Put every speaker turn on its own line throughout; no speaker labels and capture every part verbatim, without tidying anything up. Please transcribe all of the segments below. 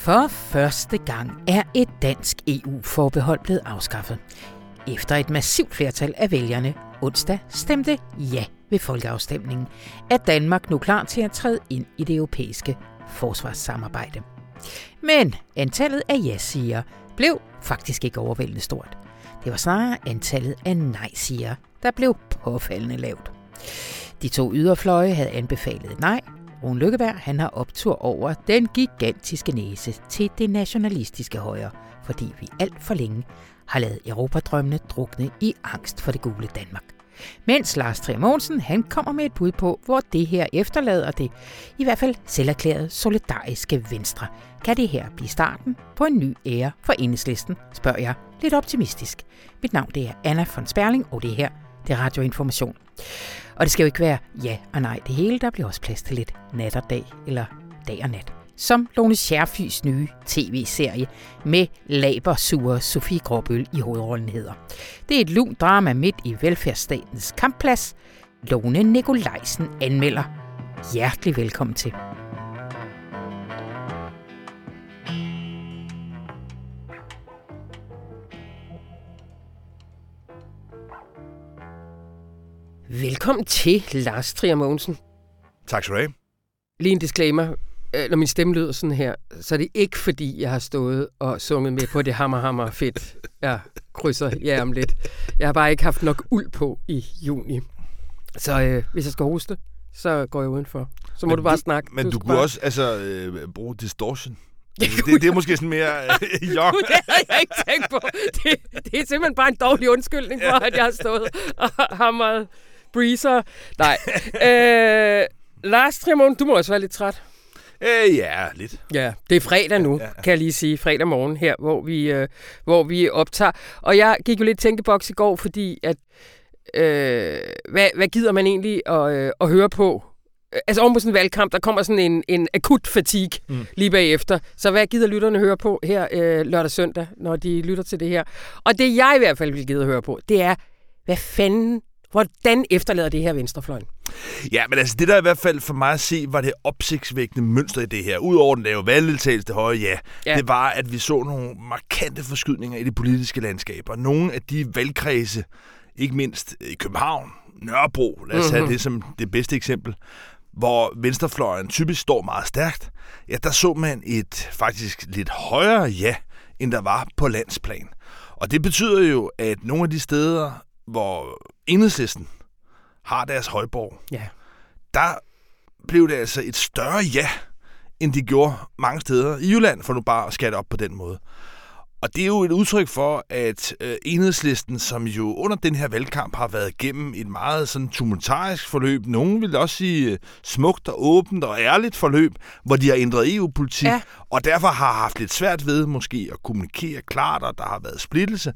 For første gang er et dansk E U-forbehold blevet afskaffet. Efter et massivt flertal af vælgerne onsdag stemte ja ved folkeafstemningen, er Danmark nu klar til at træde ind i det europæiske forsvarssamarbejde. Men antallet af ja-siger blev faktisk ikke overvældende stort. Det var snarere antallet af nej-siger, der blev påfaldende lavt. De to yderfløje havde anbefalet nej. Rune Lykkeberg han har optur over den gigantiske næse til det nationalistiske højre, fordi vi alt for længe har ladet europadrømmene drukne i angst for det gule Danmark. Mens Lars Trier Mogensen han kommer med et bud på, hvor det her efterlader det, i hvert fald selverklærede solidariske Venstre. Kan det her blive starten på en ny ære for Enhedslisten, spørger jeg lidt optimistisk. Mit navn det er Anna von Sperling, og det her det er Radioinformation. Og det skal jo ikke være ja og nej det hele, der bliver også plads til lidt nat og dag, eller dag og nat. Som Lone Scherfys nye tv-serie med labersure Sofie Gråbøl i hovedrollen hedder. Det er et lunt drama midt i velfærdsstatens kampplads. Lone Nikolajsen anmelder. Hjertelig velkommen til. Velkommen til, Lars Trier Mogensen.
Tak skal du have.
Lige en disclaimer. Når min stemme lyder sådan her, så er det ikke fordi, jeg har stået og sunget med på det hammer, hammer fedt. Jeg krydser jer om lidt. Jeg har bare ikke haft nok uld på i juni. Så øh, hvis jeg skal hoste, så går jeg udenfor. Så må
men
du bare
du,
snakke.
Men du, du kunne bare... også altså, øh, bruge distortion. Altså,
det,
det, det er måske sådan mere øh, jok.
Det har jeg ikke tænkt på. Det, det er simpelthen bare en dårlig undskyldning for, at jeg har stået og hamret breezer. Nej. Øh, Lars Trier Mogensen, du må også være lidt træt.
Øh, ja, lidt.
Ja, det er fredag nu, ja, ja. Kan jeg lige sige. Fredag morgen her, hvor vi, øh, hvor vi optager. Og jeg gik jo lidt tænkeboks i går, fordi at, øh, hvad, hvad gider man egentlig at, øh, at høre på? Altså oven på sådan en valgkamp, der kommer sådan en, en akut fatigue mm. lige bagefter. Så hvad gider lytterne høre på her øh, lørdag søndag, når de lytter til det her? Og det jeg i hvert fald vil gide at høre på, det er, hvad fanden, hvordan efterlader det her venstrefløjen?
Ja, men altså det der i hvert fald for mig at se, var det opsigtsvækkende mønster i det her. Udover den lave valgdeltagelse, det høje ja, ja, det var, at vi så nogle markante forskydninger i det politiske landskab. Og nogle af de valgkredse, ikke mindst i København, Nørrebro, lad os mm-hmm. have det som det bedste eksempel, hvor venstrefløjen typisk står meget stærkt, ja, der så man et faktisk lidt højere ja, end der var på landsplan. Og det betyder jo, at nogle af de steder, hvor Enhedslisten har deres højborg, ja. Der blev det altså et større ja, end de gjorde mange steder i Jylland, for nu bare at skatte op på den måde. Og det er jo et udtryk for, at øh, Enhedslisten, som jo under den her valgkamp har været igennem et meget sådan tumultarisk forløb, nogen vil også sige øh, smukt og åbent og ærligt forløb, hvor de har ændret E U-politik, ja. Og derfor har haft lidt svært ved måske at kommunikere klart, og der har været splittelse.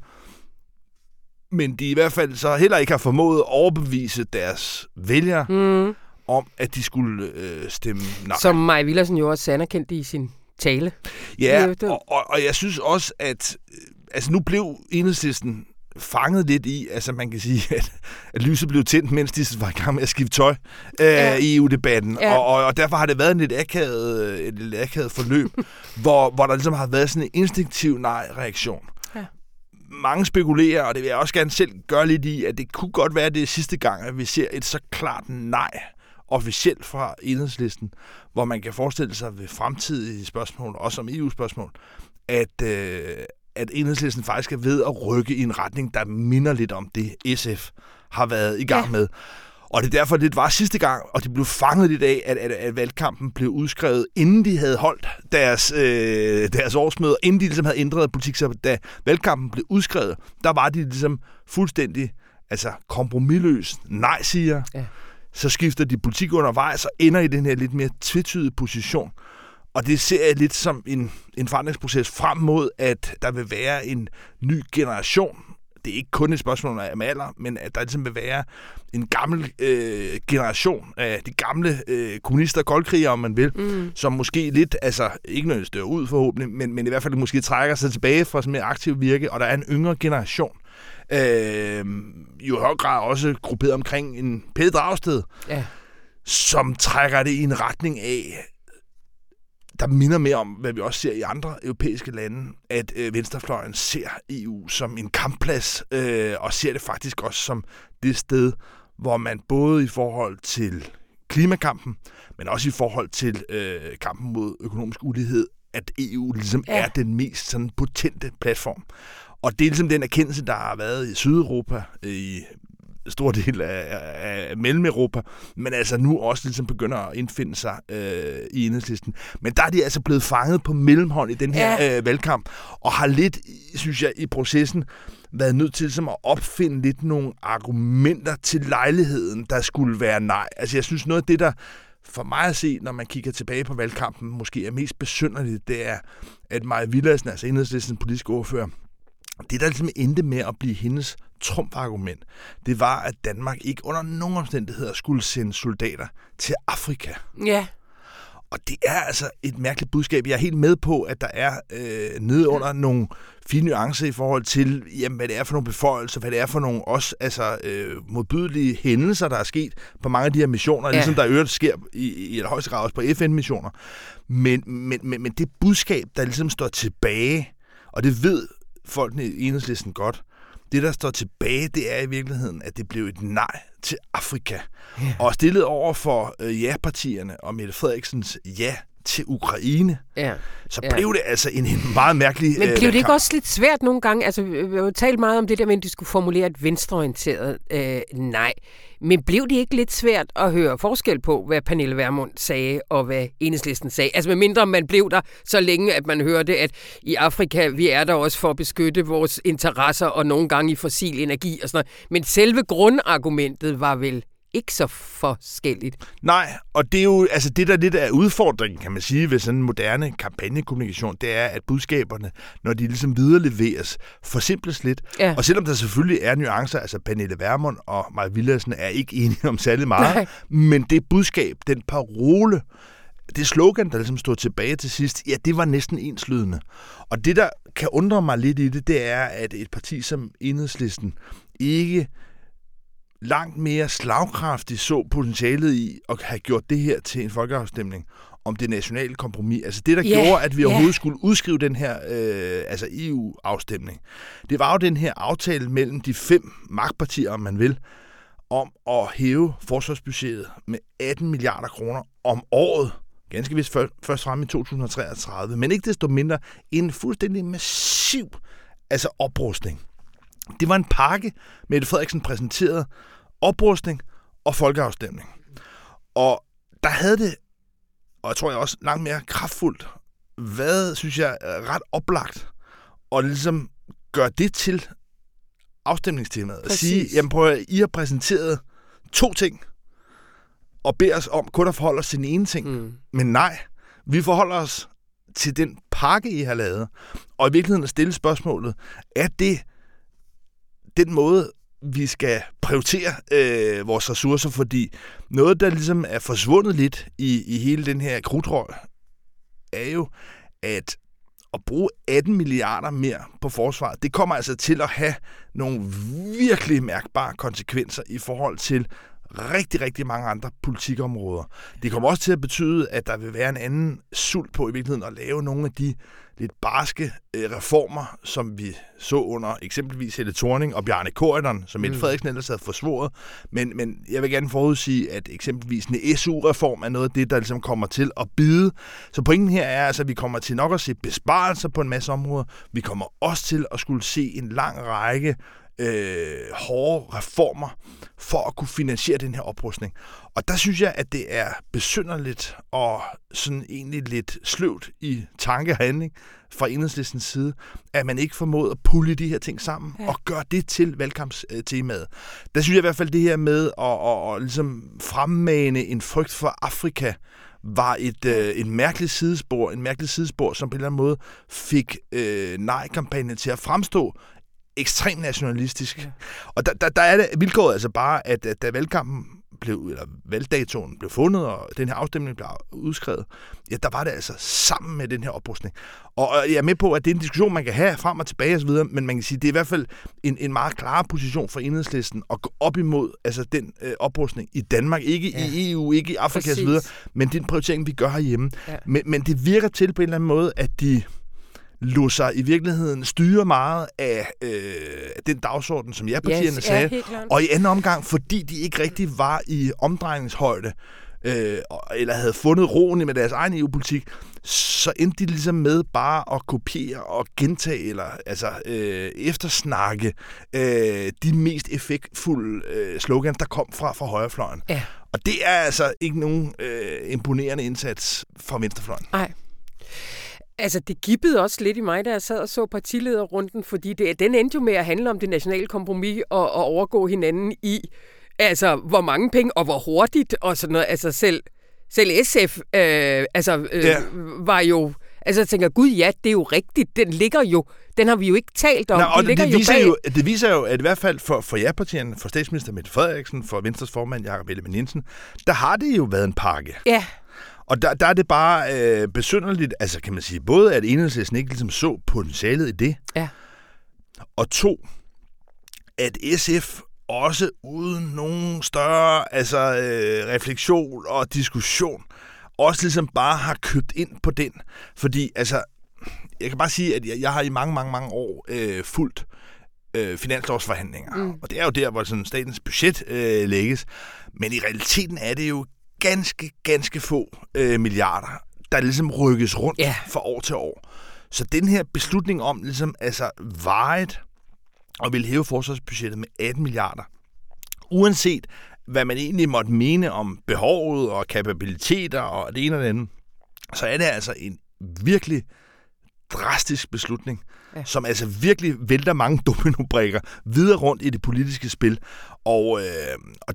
Men de i hvert fald så heller ikke har formået at overbevise deres vælgere mm. om, at de skulle øh, stemme nej.
Som Maja Villersen jo også anerkendte i sin tale.
Ja, og, og, og jeg synes også, at altså nu blev Enhedslisten fanget lidt i, altså man kan sige, at, at lyset blev tændt, mens de var i gang med at skifte tøj øh, ja. i E U-debatten. Ja. Og, og, og derfor har det været en lidt akavet, et lidt akavet forløb, hvor, hvor der ligesom har været sådan en instinktiv nej-reaktion. Mange spekulerer, og det vil jeg også gerne selv gøre lidt i, at det kunne godt være det sidste gang, at vi ser et så klart nej officielt fra Enhedslisten, hvor man kan forestille sig ved fremtidige spørgsmål, også om E U-spørgsmål, at, øh, at Enhedslisten faktisk er ved at rykke i en retning, der minder lidt om det, S F har været i gang ja. med. Og det er derfor, det var sidste gang, og de blev fanget lidt af, at, at, at valgkampen blev udskrevet, inden de havde holdt deres, øh, deres årsmøder, inden de ligesom havde ændret politik. Så da valgkampen blev udskrevet, der var de ligesom fuldstændig altså kompromisløst nej siger. Ja. Så skifter de politik undervejs og ender i den her lidt mere tvetydige position. Og det ser jeg lidt som en, en forandringsproces frem mod, at der vil være en ny generation. Det er ikke kun et spørgsmål om alder, men at der ligesom vil være en gammel øh, generation af de gamle øh, kommunister og koldkrigere, om man vil, mm. som måske lidt, altså ikke nødvendigvis dør ud forhåbentlig, men, men i hvert fald måske trækker sig tilbage fra sådan mere aktiv virke, og der er en yngre generation, øh, jo i høj grad også grupperet omkring en Pelle Dragsted, ja. som trækker det i en retning af, der minder mere om, hvad vi også ser i andre europæiske lande, at øh, venstrefløjen ser E U som en kampplads, øh, og ser det faktisk også som det sted, hvor man både i forhold til klimakampen, men også i forhold til øh, kampen mod økonomisk ulighed, at E U ligesom ja. er den mest sådan, potente platform. Og det er ligesom den erkendelse, der har været i Sydeuropa, i stor del af, af, af Mellem-Europa, men altså nu også ligesom begynder at indfinde sig øh, i Enhedslisten. Men der er de altså blevet fanget på mellemhånd i den her ja. øh, valgkamp, og har lidt, synes jeg, i processen været nødt til ligesom at opfinde lidt nogle argumenter til lejligheden, der skulle være nej. Altså jeg synes, noget af det, der for mig at se, når man kigger tilbage på valgkampen, måske er mest besynderligt, det er, at Mai Villadsen, altså Enhedslistens politiske ordfører, det, der ligesom endte med at blive hendes trumfargument, det var, at Danmark ikke under nogen omstændigheder skulle sende soldater til Afrika.
Ja.
Og det er altså et mærkeligt budskab. Jeg er helt med på, at der er øh, nede under nogle fine nuancer i forhold til, jamen, hvad det er for nogle beføjelser, hvad det er for nogle også altså, øh, modbydelige hændelser, der er sket på mange af de her missioner, ja. ligesom der i øvrigt sker i, i et højeste grad også på F N-missioner. Men, men, men, men det budskab, der ligesom står tilbage, og det ved folkene i Enhedslisten godt, det, der står tilbage, det er i virkeligheden, at det blev et nej til Afrika. Ja. Og stillet over for øh, ja-partierne og Mette Frederiksens ja til Ukraine, ja. så blev ja. det altså en, en meget mærkelig...
Men blev
øh,
det ikke også lidt svært nogle gange? Altså, vi har jo talt meget om det der med, at de skulle formulere et venstreorienteret øh, nej. Men blev det ikke lidt svært at høre forskel på, hvad Pernille Vermund sagde, og hvad Enhedslisten sagde? Altså, med mindre man blev der så længe, at man hørte, at i Afrika, vi er der også for at beskytte vores interesser, og nogle gange i fossil energi og sådan noget. Men selve grundargumentet var vel ikke så forskelligt.
Nej, og det er jo altså det, der lidt er udfordringen, kan man sige, ved sådan en moderne kampagnekommunikation, det er, at budskaberne, når de ligesom videreleveres, forsimples lidt. Ja. Og selvom der selvfølgelig er nuancer, altså Pernille Vermund og Mai Villadsen er ikke enige om særlig meget, Nej. men det budskab, den parole, det slogan, der ligesom stod tilbage til sidst, ja, det var næsten enslydende. Og det, der kan undre mig lidt i det, det er, at et parti som Enhedslisten ikke langt mere slagkraftigt så potentialet i at have gjort det her til en folkeafstemning om det nationale kompromis. Altså det, der yeah, gjorde, at vi overhovedet yeah. skulle udskrive den her øh, altså E U-afstemning, det var jo den her aftale mellem de fem magtpartier, om man vil, om at hæve forsvarsbudgettet med atten milliarder kroner om året. Ganske vist først frem i to tusind og treogtredive, men ikke desto mindre en fuldstændig massiv altså oprustning. Det var en pakke, Mette Frederiksen præsenterede, oprustning og folkeafstemning. Og der havde det, og jeg tror jeg også langt mere kraftfuldt, været, synes jeg, ret oplagt at ligesom gøre det til afstemningstemaet. At sige, jamen prøv at I har præsenteret to ting, og beder os om kun at forholde os til den ene ting. Mm. Men nej, vi forholder os til den pakke, I har lavet. Og i virkeligheden at stille spørgsmålet, er det den måde, vi skal prioritere øh, vores ressourcer, fordi noget, der ligesom er forsvundet lidt i, i hele den her krudtrøg, er jo, at at bruge atten milliarder mere på forsvaret, det kommer altså til at have nogle virkelig mærkbare konsekvenser i forhold til rigtig, rigtig mange andre politikområder. Det kommer også til at betyde, at der vil være en anden sult på i virkeligheden at lave nogle af de lidt barske øh, reformer, som vi så under eksempelvis Helle Thorning og Bjarne Corydon, som Mette Frederiksen ellers havde forsvoret. Men, men jeg vil gerne forudsige, at eksempelvis en S U-reform er noget af det, der ligesom kommer til at bide. Så pointen her er altså, at vi kommer til nok at se besparelser på en masse områder. Vi kommer også til at skulle se en lang række øh, hårde reformer for at kunne finansiere den her oprustning. Og der synes jeg, at det er besynderligt og sådan egentlig lidt sløvt i tanke og handling fra Enhedslistens side, at man ikke formåede at pulle de her ting sammen ja. og gøre det til valgkampstemaet. Der synes jeg i hvert fald det her med at, at, at ligesom fremmane en frygt for Afrika var et, øh, et mærkeligt sidespor, en mærkelig sidespor, som på en eller anden måde fik øh, nej-kampagnen til at fremstå ekstremt nationalistisk. Ja. Og der, der, der er det vilkåret altså bare, at, at da valgkampen blev, eller valgdatoen blev fundet, og den her afstemning blev udskrevet, ja, der var det altså sammen med den her oprustning. Og jeg er med på, at det er en diskussion, man kan have frem og tilbage osv., men man kan sige, det er i hvert fald en, en meget klar position for Enhedslisten at gå op imod altså den øh, oprustning i Danmark, ikke ja. i E U, ikke i Afrika osv., men det er en prioritering, vi gør herhjemme. Ja. Men, men det virker til på en eller anden måde, at de lå sig i virkeligheden styre meget af øh, den dagsorden, som ja-partierne
yes,
sagde.
ja,
og i anden omgang, fordi de ikke rigtig var i omdrejningshøjde, øh, eller havde fundet roen med deres egen E U-politik, så endte de ligesom med bare at kopiere og gentage, eller altså øh, eftersnakke øh, de mest effektfulde øh, slogans, der kom fra, fra højrefløjen.
Ja.
Og det er altså ikke nogen øh, imponerende indsats fra venstrefløjen.
Nej. Altså, det gibbede også lidt i mig, da jeg sad og så partilederrunden, fordi det, den endte jo med at handle om det nationale kompromis og, og overgå hinanden i, altså, hvor mange penge og hvor hurtigt og sådan noget. Altså, selv, selv S F øh, altså, øh, ja. var jo... Altså, jeg tænker, gud ja, det er jo rigtigt. Den ligger jo... Den har vi jo ikke talt om.
Nå, og
det,
det, viser
jo,
jo, det viser jo, at i hvert fald for, for ja-partierne, for statsminister Mette Frederiksen, for Venstres formand Jakob Ellemann-Jensen, der har det jo været en pakke.
Ja.
Og der, der er det bare øh, besynderligt, altså kan man sige, både at Enhedslisten ikke ligesom så potentialet i det,
ja.
og to, at S F også uden nogen større altså, øh, refleksion og diskussion, også ligesom bare har købt ind på den. Fordi, altså, jeg kan bare sige, at jeg, jeg har i mange, mange, mange år øh, fulgt øh, finanslovsforhandlinger. Mm. Og det er jo der, hvor sådan, statens budget øh, lægges. Men i realiteten er det jo ganske, ganske få øh, milliarder, der ligesom rykkes rundt yeah. fra år til år. Så den her beslutning om ligesom, altså, varigt og vil hæve forsvarsbudgettet med atten milliarder, uanset hvad man egentlig måtte mene om behovet og kapabiliteter og det ene og det andet, så er det altså en virkelig drastisk beslutning, ja. som altså virkelig vælter mange dominobrikker videre rundt i det politiske spil. Og, øh, og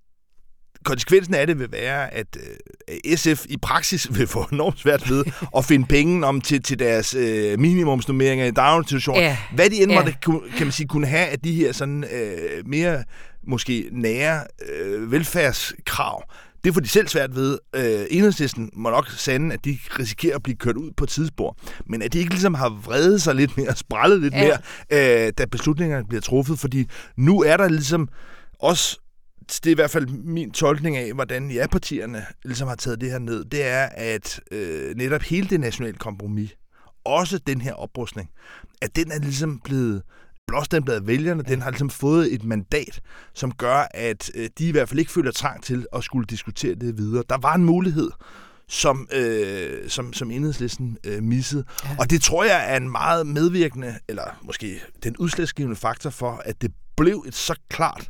konsekvensen af det vil være, at øh, S F i praksis vil få enormt svært ved at finde penge om til, til deres øh, minimumsnummeringer i daginstitutioner. Ja. Hvad de end ja. måtte, kan man sige, kunne have af de her sådan øh, mere måske nære øh, velfærdskrav. Det får de selv svært ved. Øh, Enhedslisten må nok sande, at de risikerer at blive kørt ud på tidsspor, men at de ikke ligesom har vredet sig lidt mere, sprællet lidt ja. mere, øh, da beslutningerne bliver truffet, fordi nu er der ligesom også, det er i hvert fald min tolkning af, hvordan ja-partierne ligesom har taget det her ned, det er, at øh, netop hele det nationale kompromis, også den her oprustning, at den er ligesom blevet blåstemplet af vælgerne, den har ligesom fået et mandat, som gør, at øh, de i hvert fald ikke føler trang til at skulle diskutere det videre. Der var en mulighed, som, øh, som, som Enhedslisten øh, missede. Ja. Og det tror jeg er en meget medvirkende, eller måske den udslagsgivende faktor for, at det blev et så klart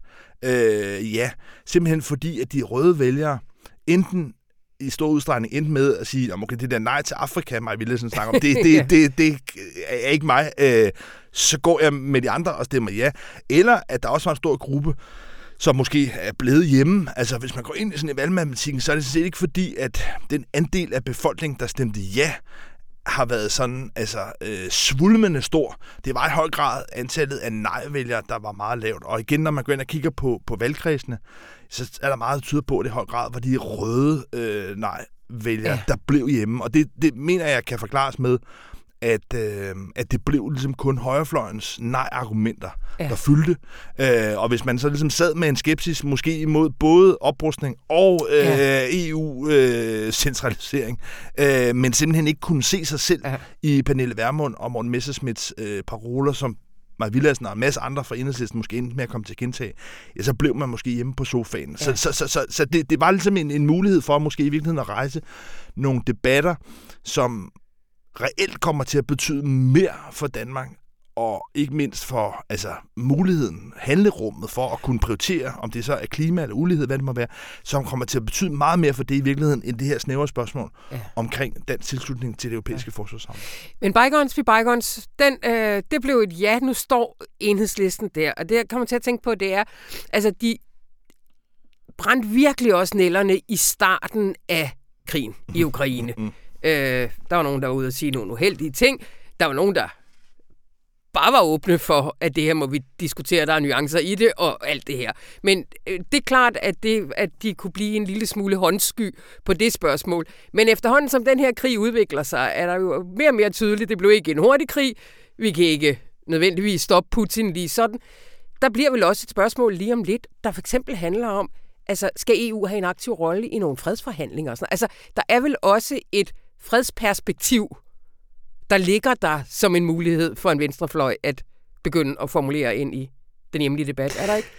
øh, ja. Simpelthen fordi, at de røde vælgere enten i stor udstrækning endte med at sige, okay, det der nej til Afrika, mig ville sådan snakke om, det, det, det, det er ikke mig. Øh, så går jeg med de andre og stemmer ja. Eller at der også var en stor gruppe, som måske er blevet hjemme. Altså, hvis man går ind i sådan en valgmatematikken, så er det set ikke fordi, at den andel af befolkningen, der stemte ja, har været sådan, altså, øh, svulmende stor. Det var i høj grad antallet af nej-vælgere, der var meget lavt. Og igen, når man går ind og kigger på, på valgkredsene, så er der meget, der tyder på, at det i høj grad var de røde øh, nej-vælgere, ja. der blev hjemme. Og det, det mener jeg kan forklares med, at, øh, at det blev ligesom kun højrefløjens nej-argumenter, ja. der fyldte. Øh, og hvis man så ligesom sad med en skepsis, måske imod både oprustning og øh, ja. E U-centralisering, øh, øh, men simpelthen ikke kunne se sig selv ja. i Pernille Vermund og Morten Messerschmidts øh, paroler, som Maja Villadsen og en masse andre fra Enhedslisten måske endte med at komme til gentage, ja, så blev man måske hjemme på sofaen. Ja. Så, så, så, så, så det, det var ligesom en, en mulighed for måske i virkeligheden at rejse nogle debatter, som reelt kommer til at betyde mere for Danmark, og ikke mindst for altså, muligheden, handlerummet for at kunne prioritere, om det så er klima eller ulighed, hvad det må være, som kommer til at betyde meget mere for det i virkeligheden, end det her snævre spørgsmål ja. omkring den tilslutning til det europæiske ja. forsvarssamarbejde. Men
bygons, vi bygons, den, øh, det blev et ja, nu står Enhedslisten der, og det jeg kommer til at tænke på, det er, altså de brændte virkelig også nælderne i starten af krigen i Ukraine. Mm-hmm. Øh, der var nogen, der var ude at sige nogle uheldige ting. Der var nogen, der bare var åbne for, at det her må vi diskutere, der er nuancer i det, og alt det her. Men øh, det er klart, at, det, at de kunne blive en lille smule håndsky på det spørgsmål. Men efterhånden, som den her krig udvikler sig, er der jo mere og mere tydeligt, det blev ikke en hurtig krig, vi kan ikke nødvendigvis stoppe Putin lige sådan. Der bliver vel også et spørgsmål lige om lidt, der for eksempel handler om, altså, skal E U have en aktiv rolle i nogle fredsforhandlinger? Og sådan. Altså, der er vel også et fredsperspektiv, der ligger der som en mulighed for en venstrefløj at begynde at formulere ind i den hjemlige debat. Er der ikke?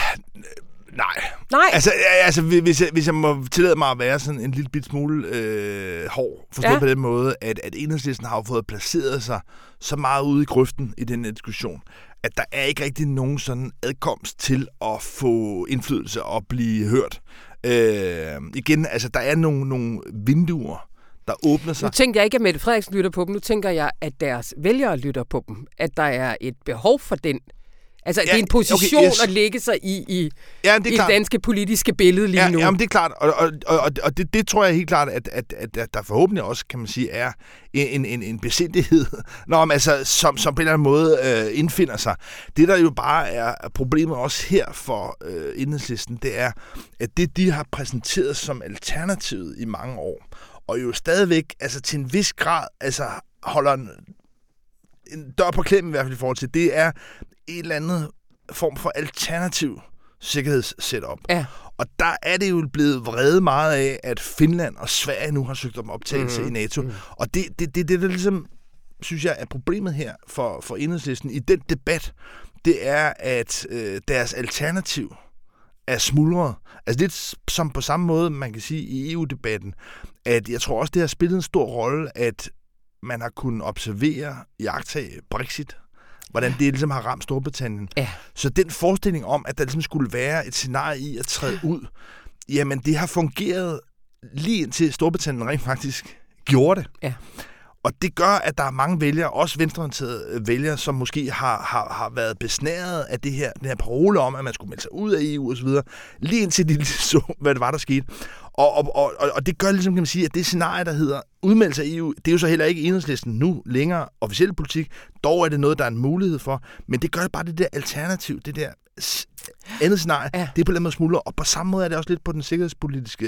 Nej.
Nej.
Altså, altså hvis, jeg, hvis jeg må tillade mig at være sådan en lille bit smule øh, hård, forstået ja. på den måde, at, at Enhedslisten har fået placeret sig så meget ude i grøften i den her diskussion, at der er ikke rigtig nogen sådan adkomst til at få indflydelse og blive hørt. Øh, igen, altså, der er nogle, nogle vinduer, der åbner sig.
Nu tænker jeg ikke, at Mette Frederiksen lytter på dem. Nu tænker jeg, at deres vælgere lytter på dem. At der er et behov for den. Altså, ja, det er en position okay, yes. at lægge sig i i, ja, det, i det danske politiske billede lige
ja,
nu.
Jamen, det er klart. Og, og, og, og det, det tror jeg helt klart, at, at, at, at der forhåbentlig også, kan man sige, er en, en, en besindighed, når man, altså, som, som på en eller anden måde øh, indfinder sig. Det, der jo bare er problemet også her for øh, Enhedslisten, det er, at det, de har præsenteret som alternativet i mange år, og jo stadigvæk, altså til en vis grad, altså holder en, en dør på klemmen i hvert fald i forhold til, det er en eller anden form for alternativ sikkerhedssetup. Ja. Og der er det jo blevet vredet meget af, at Finland og Sverige nu har søgt om optagelse mm-hmm. i NATO. Mm. Og det er det, det, det, der ligesom, synes jeg, er problemet her for, for Enhedslisten i den debat, det er, at øh, deres alternativ er smuldret. Altså lidt som på samme måde, man kan sige i E U-debatten, at jeg tror også, det har spillet en stor rolle, at man har kunnet observere, iagttage Brexit, hvordan det ligesom har ramt Storbritannien. Ja. Så den forestilling om, at der ligesom skulle være et scenarie i at træde ud, jamen det har fungeret lige indtil Storbritannien rent faktisk gjorde det. Ja. Og det gør, at der er mange vælgere, også venstreorienterede vælgere, som måske har, har, har været besnæret af det her, den her parole om, at man skulle melde sig ud af E U osv., lige indtil de så, hvad det var, der skete. Og, og, og, og det gør ligesom, kan man sige, at det scenarie, der hedder udmeldelse af E U, det er jo så heller ikke Enhedslisten nu længere officiel politik. Dog er det noget, der er en mulighed for. Men det gør bare det der alternativ, det der andet scenarie, ja. Det er på den måde smuldrer. Og på samme måde er det også lidt på den sikkerhedspolitiske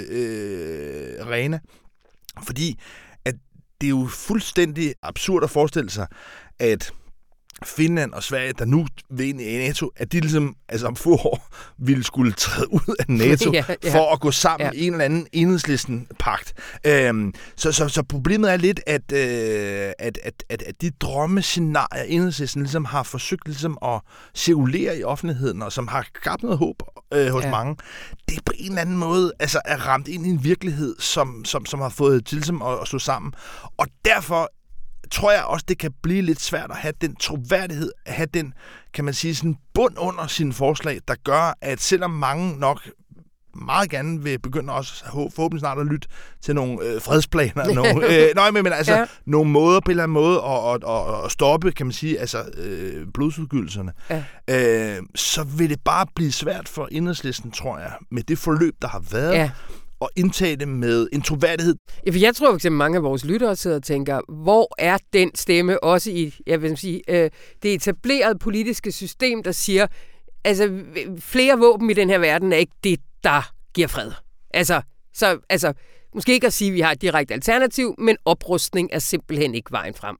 øh, arena. Fordi at det er jo fuldstændig absurd at forestille sig, at Finland og Sverige, der nu vil ind i NATO, at de ligesom altså om få år ville skulle træde ud af NATO ja, ja. for at gå sammen ja. i en eller anden Enhedslisten-pagt. Øhm, så, så, så problemet er lidt, at, øh, at, at, at, at de drømmescenarier, Enhedslisten ligesom har forsøgt ligesom at cirkulere i offentligheden, og som har skabt noget håb øh, hos ja. mange, det er på en eller anden måde altså, er ramt ind i en virkelighed, som, som, som har fået til ligesom at, at slå sammen. Og derfor tror jeg også, det kan blive lidt svært at have den troværdighed, at have den, kan man sige, sådan bund under sine forslag, der gør, at selvom mange nok meget gerne vil begynde også forhåbentlig snart at lytte til nogle øh, fredsplaner, nogle, øh, nej, men, men altså ja. nogle måder på en eller anden måde at, at, at, at stoppe, kan man sige, altså øh, blodsudgydelserne, ja. øh, så vil det bare blive svært for Enhedslisten, tror jeg, med det forløb, der har været, ja. og indtage det med en troværdighed.
Ja, for jeg tror at mange af vores lyttere sidder og tænker, hvor er den stemme også i jeg vil sige, øh, det etablerede politiske system, der siger, altså flere våben i den her verden er ikke det, der giver fred. Altså, så, altså måske ikke at sige, at vi har et direkte alternativ, men oprustning er simpelthen ikke vejen frem.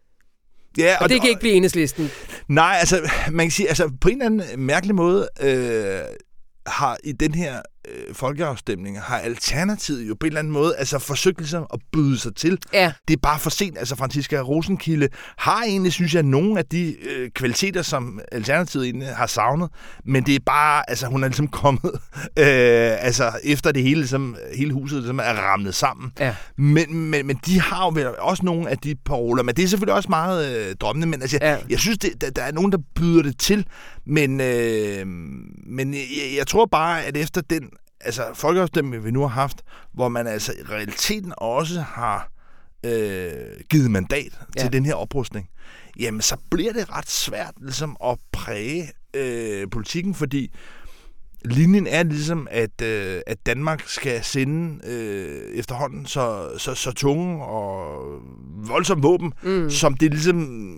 Ja, og, og det kan og, ikke blive Enhedslisten.
Nej, altså man kan sige, altså på en eller anden mærkelig måde øh, har i den her øh, folkeafstemning, har Alternativet jo på en eller anden måde altså forsøgt ligesom at byde sig til. Ja. Det er bare for sent. Altså Franciska Rosenkilde har egentlig, synes jeg, nogle af de øh, kvaliteter, som Alternativet egentlig har savnet, men det er bare, altså hun er ligesom kommet øh, altså efter det hele, ligesom, hele huset ligesom er ramlet sammen. Ja. Men, men, men de har jo vel også nogle af de paroler, men det er selvfølgelig også meget øh, drømmende, men altså, ja. jeg synes, det, der, der er nogen, der byder det til, men, øh, men jeg, jeg tror bare, at efter den altså folkeafstemning, vi nu har haft, hvor man altså i realiteten også har øh, givet mandat ja. til den her oprustning, jamen så bliver det ret svært ligesom at præge øh, politikken, fordi linjen er ligesom, at, øh, at Danmark skal sende øh, efterhånden så, så, så tunge og voldsomme våben, mm. som det ligesom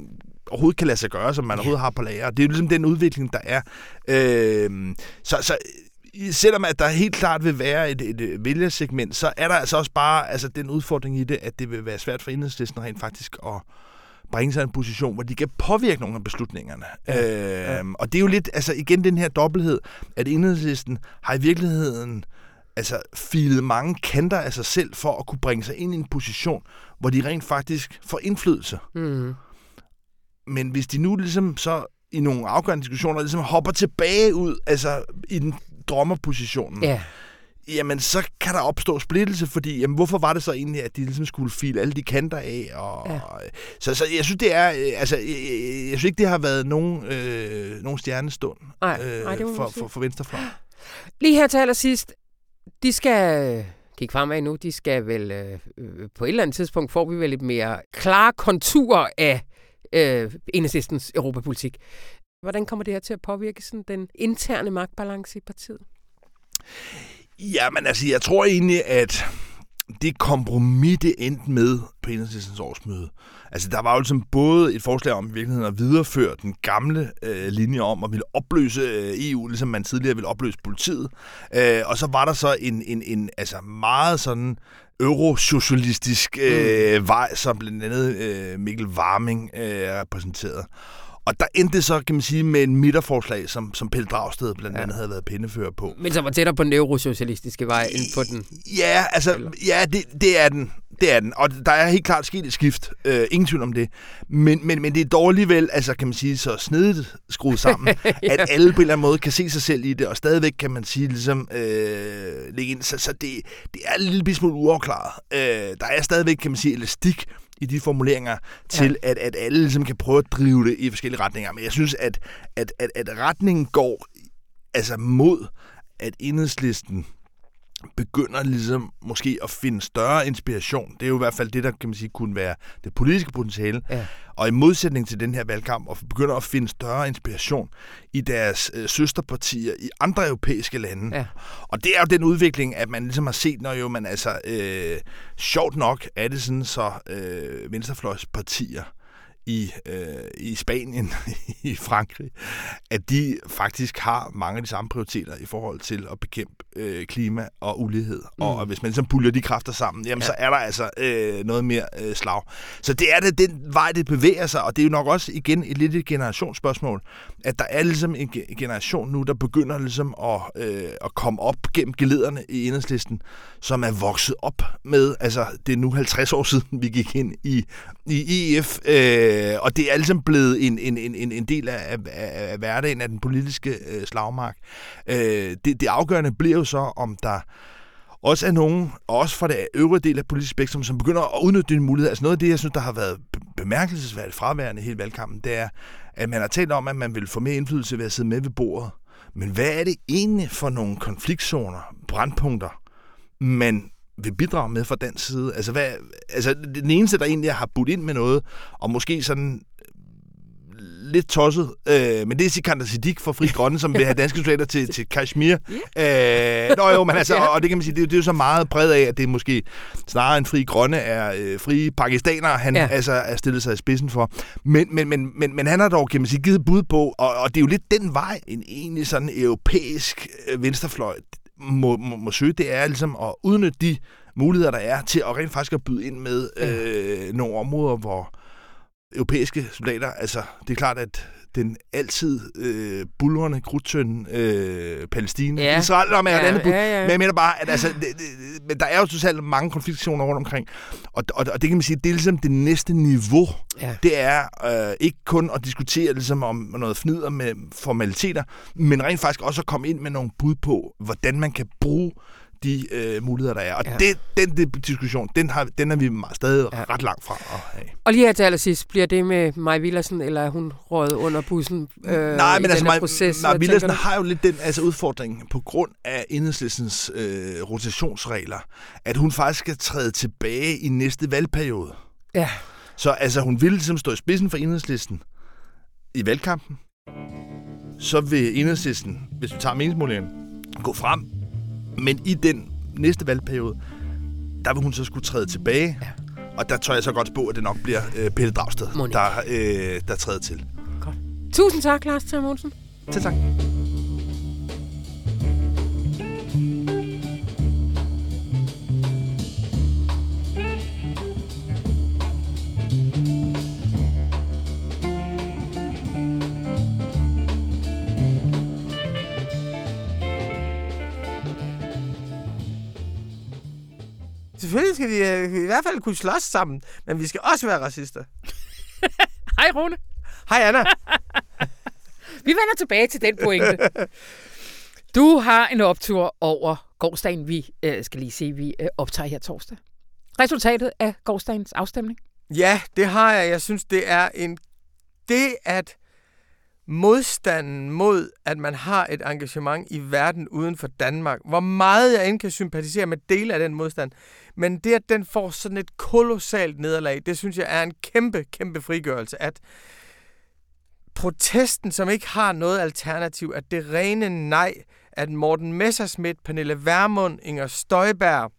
overhovedet kan lade sig gøre, som man overhovedet har på lager. Det er jo ligesom den udvikling, der er. Øh, så, så selvom at der helt klart vil være et, et vælgersegment, så er der altså også bare altså, den udfordring i det, at det vil være svært for Enhedslisten rent faktisk at bringe sig i en position, hvor de kan påvirke nogle af beslutningerne. Ja, ja. Øhm, og det er jo lidt, altså igen den her dobbelthed, at Enhedslisten har i virkeligheden altså filet mange kanter af sig selv for at kunne bringe sig ind i en position, hvor de rent faktisk får indflydelse. Mm. Men hvis de nu ligesom så i nogle afgørende diskussioner ligesom hopper tilbage ud, altså i den drømmerpositionen, ja. Jamen, så kan der opstå splittelse, fordi, jamen, hvorfor var det så egentlig, at de ligesom skulle file alle de kanter af? Og, ja. så, så jeg synes, det er, altså, jeg, jeg synes ikke, det har været nogen, øh, nogen stjernestund
Ej,
øh,
ej,
for, for, for venstrefløjen.
Lige her til allersidst, de skal kigge fremad nu, de skal vel, øh, på et eller andet tidspunkt får vi vel lidt mere klare konturer af øh, Enhedslistens europapolitik. Hvordan kommer det her til at påvirke sådan, den interne magtbalance i partiet?
Ja, men altså, jeg tror egentlig, at det kompromis, det endte med på Enhedslistens årsmøde. Altså, der var jo ligesom både et forslag om i virkeligheden at videreføre den gamle øh, linje om at ville opløse øh, E U, ligesom man tidligere ville opløse politiet. Øh, og så var der så en, en, en altså meget sådan eurosocialistisk øh, mm. vej, som blandt andet øh, Mikkel Warming øh, repræsenterede. Og der endte så, kan man sige, med en midterforslag, som, som Pelle Dragsted blandt andet ja. havde været pindefører på.
Men så var tættere på den eurosocialistiske vej end på den?
Ja, altså, ja, det, det er den. Det er den. Og der er helt klart sket et skift. Øh, ingen tvivl om det. Men, men, men det er dog alligevel, altså kan man sige, så snedigt skruet sammen, ja. at alle på en eller anden måde kan se sig selv i det, og stadigvæk kan man sige, ligesom, øh, ligge ind. Så, så det, det er en lille smule uafklaret. Øh, der er stadigvæk, kan man sige, elastik i de formuleringer til, ja. at, at alle ligesom kan prøve at drive det i forskellige retninger. Men jeg synes, at, at, at, at retningen går altså mod, at Enhedslisten begynder ligesom måske at finde større inspiration. Det er jo i hvert fald det, der kan man sige, kunne være det politiske potentiale. Ja. Og i modsætning til den her valgkamp, og begynder at finde større inspiration i deres øh, søsterpartier i andre europæiske lande. Ja. Og det er jo den udvikling, at man ligesom har set, når jo man altså, øh, sjovt nok er det sådan, så øh, venstrefløjspartier i, øh, i Spanien, i Frankrig, at de faktisk har mange af de samme prioriteter i forhold til at bekæmpe øh, klima og ulighed. Mm. Og, og hvis man ligesom puljer de kræfter sammen, jamen ja. så er der altså øh, noget mere øh, slag. Så det er det, den vej, det bevæger sig, og det er jo nok også igen et lidt et generationsspørgsmål, at der er ligesom en generation nu, der begynder ligesom at, øh, at komme op gennem gelederne i Enhedslisten, som er vokset op med, altså det er nu halvtreds år siden, vi gik ind i, i E F, øh, og det er ligesom blevet en, en, en, en del af, af, af hverdagen af den politiske øh, slagmark. Øh, det, det afgørende bliver jo så, om der også er nogen, også fra det øvrige del af politisk spektrum, som begynder at udnytte den mulighed. Altså noget af det, jeg synes, der har været bemærkelsesværdigt fraværende i hele valgkampen, det er, at man har talt om, at man vil få mere indflydelse ved at sidde med ved bordet. Men hvad er det egentlig for nogle konfliktzoner, brandpunkter, man vil bidrage med fra den side? Altså, hvad, altså den eneste, der egentlig har budt ind med noget, og måske sådan lidt tosset, øh, men det er Sikander Siddique for Fri Grønne, som vil have danske soldater til, til Kashmir. Yeah. Øh, nå jo, men altså, og det kan man sige, det, det er jo så meget præget af, at det måske snarere en Fri Grønne er øh, frie pakistanere, han ja. altså er stillet sig i spidsen for. Men, men, men, men, men han har dog, kan man sige, givet bud på, og, og det er jo lidt den vej, en egentlig sådan europæisk øh, venstrefløj må, må, må søge, det er ligesom at udnytte de muligheder, der er til at rent faktisk at byde ind med øh, nogle områder, hvor europæiske soldater, altså det er klart, at den altid øh, bulrende, krudtønde øh, Palæstina, ja. Israel, der er med ja, et andet bud, ja, ja. Men jeg mener bare, at altså, det, det, men der er jo totalt mange konfliktioner rundt omkring, og, og, og det kan man sige, det er ligesom det næste niveau, ja. Det er øh, ikke kun at diskutere ligesom om noget fnider med formaliteter, men rent faktisk også at komme ind med nogle bud på, hvordan man kan bruge de øh, muligheder, der er. Og ja. det, den, den diskussion, den, har, den er vi stadig ja. ret langt fra at have.
Og lige her til allersidst, bliver det med Mai Villadsen, eller er hun røget under bussen øh,
Nej, men
i
altså,
den her proces?
Mai Villadsen har jo lidt den altså, udfordring på grund af Enhedslistens øh, rotationsregler, at hun faktisk skal træde tilbage i næste valgperiode.
Ja.
Så altså, hun vil ligesom stå i spidsen for Enhedslisten i valgkampen. Så vil Enhedslisten, hvis vi tager meningsmålingen, gå frem. Men i den næste valgperiode, der vil hun så skulle træde tilbage. Ja. Og der tør jeg så godt spå, at det nok bliver øh, Pelle Dragsted, der, øh, der træder til.
Godt. Tusind tak, Lars Theil Mogensen.
Til tak.
Selvfølgelig skal vi uh, i hvert fald kunne slås sammen, men vi skal også være racister.
Hej, Rune.
Hej, Anna.
Vi vender tilbage til den pointe. Du har en optur over gårsdagen. Vi øh, skal lige se, vi øh, optager her torsdag. Resultatet af gårsdagens afstemning?
Ja, det har jeg. Jeg synes, det er en... Det, at modstanden mod, at man har et engagement i verden uden for Danmark, hvor meget jeg end kan sympatisere med dele af den modstand, men det, at den får sådan et kolossalt nederlag, det synes jeg er en kæmpe, kæmpe frigørelse, at protesten, som ikke har noget alternativ, at det rene nej, at Morten Messerschmidt, Pernille Vermund, Inger Støjberg,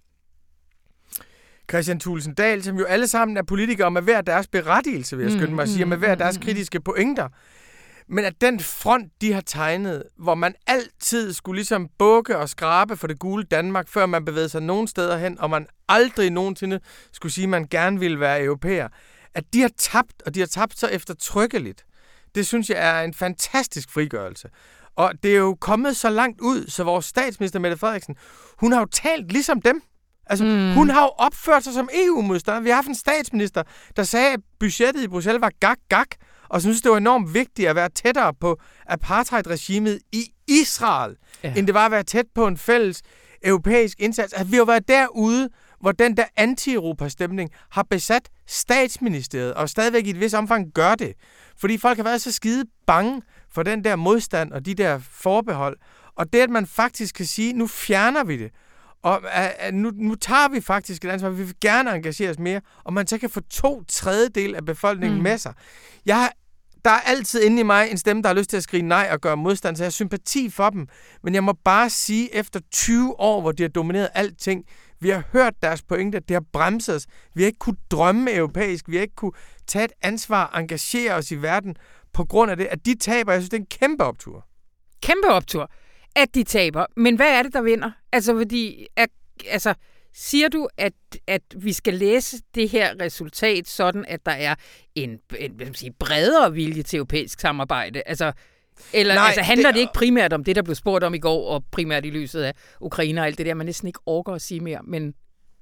Kristian Thulesen Dahl, som jo alle sammen er politikere med hver deres berettigelse, vil jeg skynde mig at sige, med hver deres kritiske pointer. Men at den front, de har tegnet, hvor man altid skulle ligesom bukke og skrabe for det gule Danmark, før man bevægede sig nogen steder hen, og man aldrig nogensinde skulle sige, at man gerne ville være europæer, at de har tabt, og de har tabt så eftertrykkeligt. Det synes jeg er en fantastisk frigørelse. Og det er jo kommet så langt ud, så vores statsminister Mette Frederiksen, hun har jo talt ligesom dem. Altså, mm. hun har jo opført sig som E U-modstander. Vi har haft en statsminister, der sagde, at budgettet i Bruxelles var gak-gak, og synes, det var enormt vigtigt at være tættere på apartheid-regimet i Israel, ja. end det var at være tæt på en fælles europæisk indsats. At vi har været derude, hvor den der anti-Europa-stemning har besat statsministeriet, og stadigvæk i et vis omfang gør det. Fordi folk har været så skide bange for den der modstand og de der forbehold. Og det, at man faktisk kan sige, nu fjerner vi det, og uh, nu, nu tager vi faktisk et ansvar, vi vil gerne engagere os mere, og man så kan få to tredjedel af befolkningen mm. med sig. Jeg har, der er altid inde i mig en stemme, der har lyst til at skrige nej og gøre modstand, så jeg har sympati for dem. Men jeg må bare sige, efter tyve år, hvor de har domineret alting, vi har hørt deres pointer, det har bremset os. Vi har ikke kunnet drømme europæisk, vi har ikke kunnet tage et ansvar og engagere os i verden på grund af det, at de taber. Jeg synes, det er en kæmpe optur.
Kæmpe optur, at de taber. Men hvad er det, der vinder? Altså, fordi, at, altså, siger du, at, at vi skal læse det her resultat sådan, at der er en, en hvad skal man sige, bredere vilje til europæisk samarbejde? Altså, eller Nej, altså, handler det, det ikke primært om det, der blev spurgt om i går, og primært i lyset af Ukraine og alt det der, man næsten ikke orker at sige mere, men...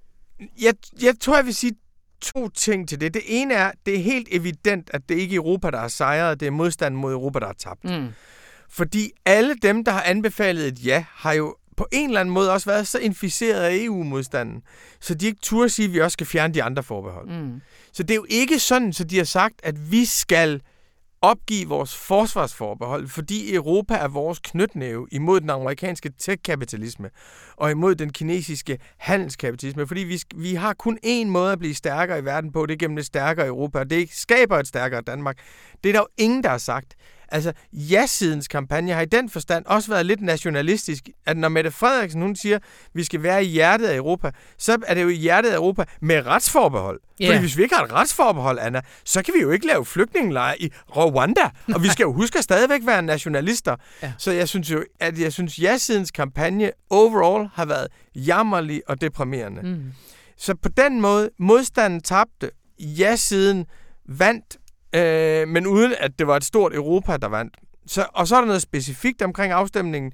Jeg, jeg tror, jeg vil sige to ting til det. Det ene er, det er helt evident, at det ikke er Europa, der har sejret, det er modstanden mod Europa, der har tabt. Mm. Fordi alle dem, der har anbefalet et ja, har jo på en eller anden måde også været så inficeret af E U-modstanden, så de ikke turde sige, at vi også skal fjerne de andre forbehold. Mm. Så det er jo ikke sådan, så de har sagt, at vi skal opgive vores forsvarsforbehold, fordi Europa er vores knytnæve imod den amerikanske tech-kapitalisme og imod den kinesiske handelskapitalisme, fordi vi, vi har kun én måde at blive stærkere i verden på, det er gennem et stærkere Europa, og det skaber et stærkere Danmark. Det er der jo ingen, der har sagt. Altså, ja-sidens kampagne har i den forstand også været lidt nationalistisk, at når Mette Frederiksen, hun siger, at vi skal være i hjertet af Europa, så er det jo i hjertet af Europa med retsforbehold. Yeah. Fordi hvis vi ikke har et retsforbehold, Anna, så kan vi jo ikke lave flygtningelejre i Rwanda, og vi skal jo huske at stadigvæk være nationalister. Ja. Så jeg synes jo, at jeg synes, ja-sidens kampagne overall har været jammerlig og deprimerende. Mm. Så på den måde, modstanden tabte, ja-siden vandt, Øh, men uden at det var et stort Europa, der vandt. Så, og så er der noget specifikt omkring afstemningen.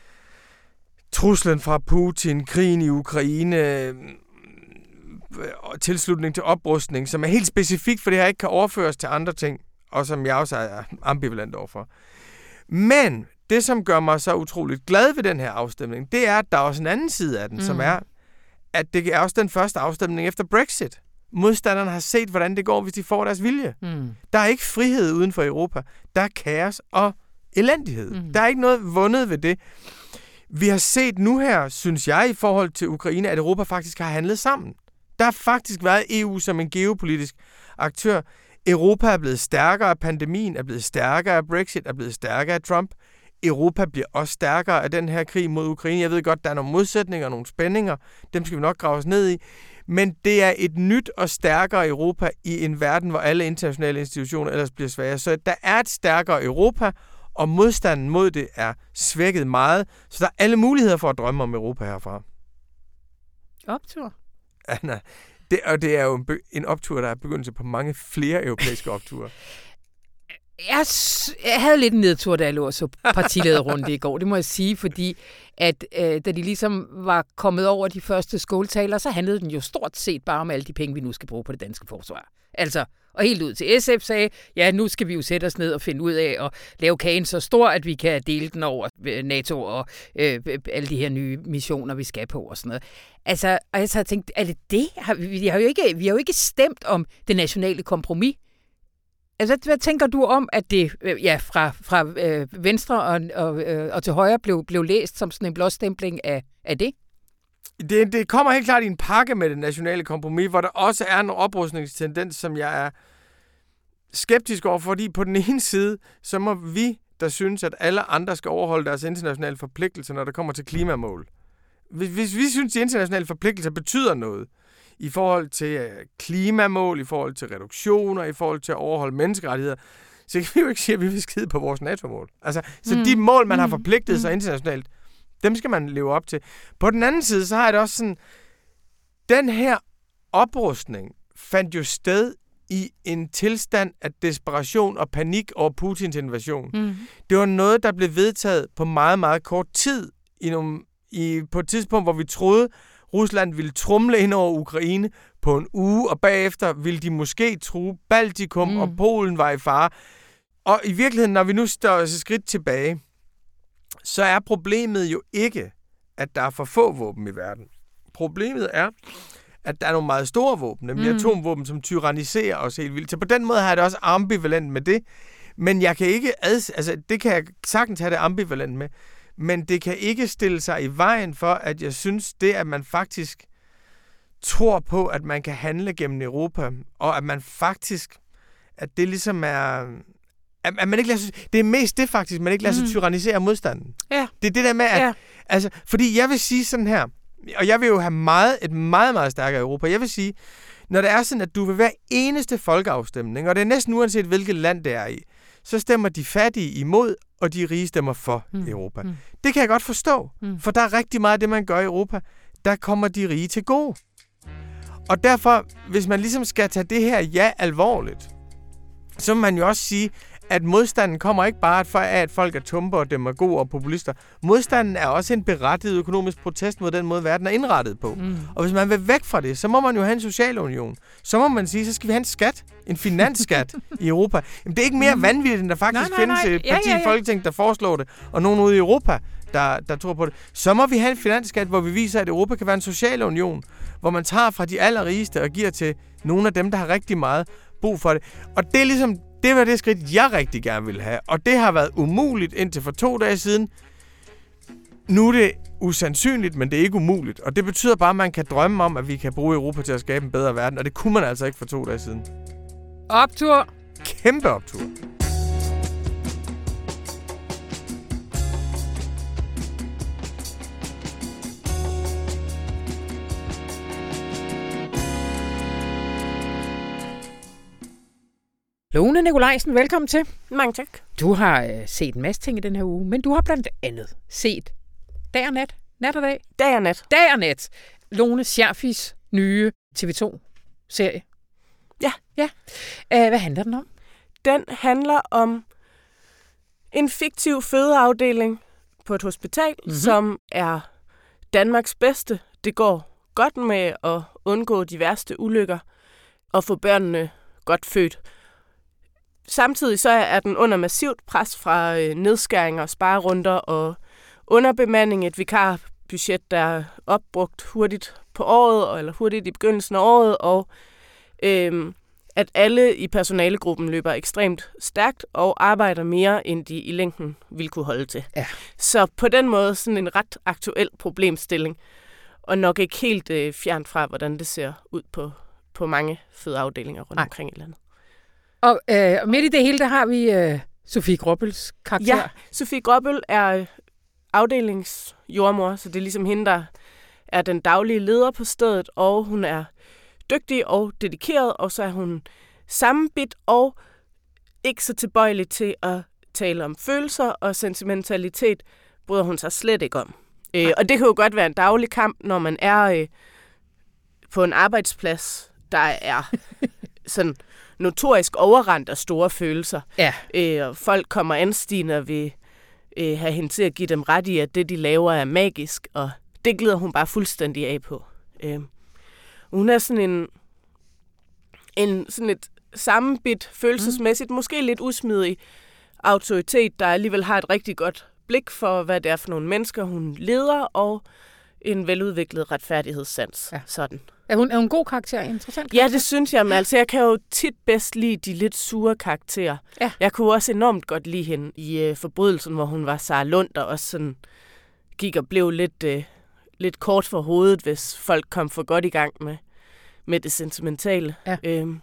Truslen fra Putin, krigen i Ukraine, øh, tilslutning til oprustning, som er helt specifikt, for det her ikke kan overføres til andre ting, og som jeg også er ambivalent overfor. Men det, som gør mig så utroligt glad ved den her afstemning, det er, at der er også en anden side af den, mm. som er, at det er også den første afstemning efter Brexit. Modstanderne har set, hvordan det går, hvis de får deres vilje. Mm. Der er ikke frihed uden for Europa. Der er kaos og elendighed. Mm. Der er ikke noget vundet ved det. Vi har set nu her, synes jeg, i forhold til Ukraine, at Europa faktisk har handlet sammen. Der har faktisk været E U som en geopolitisk aktør. Europa er blevet stærkere af pandemien, er blevet stærkere af Brexit, er blevet stærkere af Trump. Europa bliver også stærkere af den her krig mod Ukraine. Jeg ved godt, der er nogle modsætninger og nogle spændinger. Dem skal vi nok grave os ned i. Men det er et nyt og stærkere Europa i en verden, hvor alle internationale institutioner ellers bliver svage. Så der er et stærkere Europa, og modstanden mod det er svækket meget. Så der er alle muligheder for at drømme om Europa herfra.
Optur.
Anna, det, og det er jo en, en optur, der er begyndelse på mange flere europæiske opture.
Jeg, jeg havde lidt en nedtur, da jeg lå så partilederrunde i går, det må jeg sige, fordi at øh, da de ligesom var kommet over de første skåltaler, så handlede den jo stort set bare om alle de penge, vi nu skal bruge på det danske forsvar. Altså, og helt ud til S F sagde, ja, nu skal vi jo sætte os ned og finde ud af at lave kagen så stor, at vi kan dele den over NATO og øh, alle de her nye missioner, vi skal på og sådan noget. Altså, og jeg så har tænkt, er det det? Vi har jo ikke, vi har jo ikke stemt om det nationale kompromis. Altså, hvad tænker du om, at det ja, fra, fra øh, venstre og, og, øh, og til højre blev, blev læst som sådan en blåstempling af, af det?
det? Det kommer helt klart i en pakke med det nationale kompromis, hvor der også er en oprustningstendens, som jeg er skeptisk over, fordi på den ene side, så må vi, der synes, at alle andre skal overholde deres internationale forpligtelser, når der kommer til klimamål. Hvis, hvis vi synes, at de internationale forpligtelser betyder noget, i forhold til klimamål, i forhold til reduktioner, i forhold til at overholde menneskerettigheder, så kan vi jo ikke sige, at vi vil skide på vores NATO-mål. Altså, så mm. de mål, man har forpligtet sig internationalt, dem skal man leve op til. På den anden side, så har jeg det også sådan, den her oprustning fandt jo sted i en tilstand af desperation og panik over Putins invasion. Mm. Det var noget, der blev vedtaget på meget, meget kort tid, i nogle, i, på et tidspunkt, hvor vi troede, Rusland ville trumle ind over Ukraine på en uge, og bagefter ville de måske true Baltikum, mm. og Polen var i fare. Og i virkeligheden, når vi nu står et skridt tilbage, så er problemet jo ikke, at der er for få våben i verden. Problemet er, at der er nogle meget store våben, nemlig mm. atomvåben, som tyranniserer os helt vildt. Så på den måde har jeg det også ambivalent med det. Men jeg kan ikke ads- altså det kan jeg sagtens have det ambivalent med. Men det kan ikke stille sig i vejen for, at jeg synes, det at man faktisk tror på, at man kan handle gennem Europa, og at man faktisk, at det ligesom er, at man ikke lader sig, det er mest det faktisk, man ikke lader sig mm. tyrannisere modstanden.
Ja.
Det er det der med, at, ja. altså, fordi jeg vil sige sådan her, og jeg vil jo have meget, et meget, meget stærkere Europa. Jeg vil sige, når det er sådan, at du vil hver eneste folkeafstemning, og det er næsten uanset hvilket land det er i, så stemmer de fattige imod, og de rige stemmer for mm. Europa. Mm. Det kan jeg godt forstå, mm. for der er rigtig meget af det, man gør i Europa, der kommer de rige til gode. Og derfor, hvis man ligesom skal tage det her ja alvorligt, så må man jo også sige, at modstanden kommer ikke bare af, at folk er tumper og demagoger og populister. Modstanden er også en berettiget økonomisk protest mod den måde, verden er indrettet på. Mm. Og hvis man vil væk fra det, så må man jo have en social union. Så må man sige, så skal vi have en skat, en finansskat i Europa. Jamen, det er ikke mere vanvittigt, end der faktisk nej, nej, nej. findes et parti ja, ja, ja. i Folketinget, der foreslår det, og nogen ude i Europa, der, der tror på det. Så må vi have en finansskat, hvor vi viser, at Europa kan være en social union, hvor man tager fra de allerrigeste og giver til nogle af dem, der har rigtig meget brug for det. Og det er ligesom det var det skridt, jeg rigtig gerne ville have. Og det har været umuligt indtil for to dage siden. Nu er det usandsynligt, men det er ikke umuligt. Og det betyder bare, at man kan drømme om, at vi kan bruge Europa til at skabe en bedre verden. Og det kunne man altså ikke for to dage siden.
Optur!
Kæmpe optur!
Lone Nikolajsen, velkommen til.
Mange tak.
Du har øh, set en masse ting i den her uge, men du har blandt andet set Dag og Nat. Nat og dag?
Dag og Nat.
Dag og Nat. Lone Scherfis nye T V to-serie.
Ja.
Ja. Æh, hvad handler den om?
Den handler om en fiktiv fødeafdeling på et hospital, mm-hmm. som er Danmarks bedste. Det går godt med at undgå de værste ulykker og få børnene godt født. Samtidig så er den under massivt pres fra øh, nedskæringer, sparerunder og underbemanding. Et vikarbudget, der er opbrugt hurtigt på året, eller hurtigt i begyndelsen af året, og øh, at alle i personalegruppen løber ekstremt stærkt og arbejder mere, end de i længden ville kunne holde til.
Ja.
Så på den måde sådan en ret aktuel problemstilling, og nok ikke helt øh, fjernt fra, hvordan det ser ud på, på mange fødeafdelinger rundt Ej. omkring i landet.
Og øh, midt i det hele, der har vi øh, Sofie Gråbøls karakter.
Ja, Sofie Gråbøl er afdelingsjordmor, så det er ligesom hende, der er den daglige leder på stedet, og hun er dygtig og dedikeret, og så er hun sammenbidt og ikke så tilbøjelig til at tale om følelser og sentimentalitet, bryder hun sig slet ikke om. Øh, og det kan jo godt være en daglig kamp, når man er øh, på en arbejdsplads, der er sådan notorisk overrendt af store følelser.
Ja.
Øh, og folk kommer anstigende og vil øh, have hende til at give dem ret i, at det, de laver, er magisk, og det glider hun bare fuldstændig af på. Øh, hun er sådan en, en sådan et sammenbidt, følelsesmæssigt, mm. måske lidt usmidig autoritet, der alligevel har et rigtig godt blik for, hvad det er for nogle mennesker, hun leder, og en veludviklet retfærdighedssans.
Ja.
Sådan.
Er hun, er hun en god karakter? Interessant karakter?
Ja, det synes jeg. Men altså, jeg kan jo tit bedst lide de lidt sure karakterer.
Ja.
Jeg kunne også enormt godt lide hende i øh, Forbrydelsen, hvor hun var Sarah Lund, der også sådan gik og blev lidt, øh, lidt kort for hovedet, hvis folk kom for godt i gang med, med det sentimentale.
Ja.
Øhm.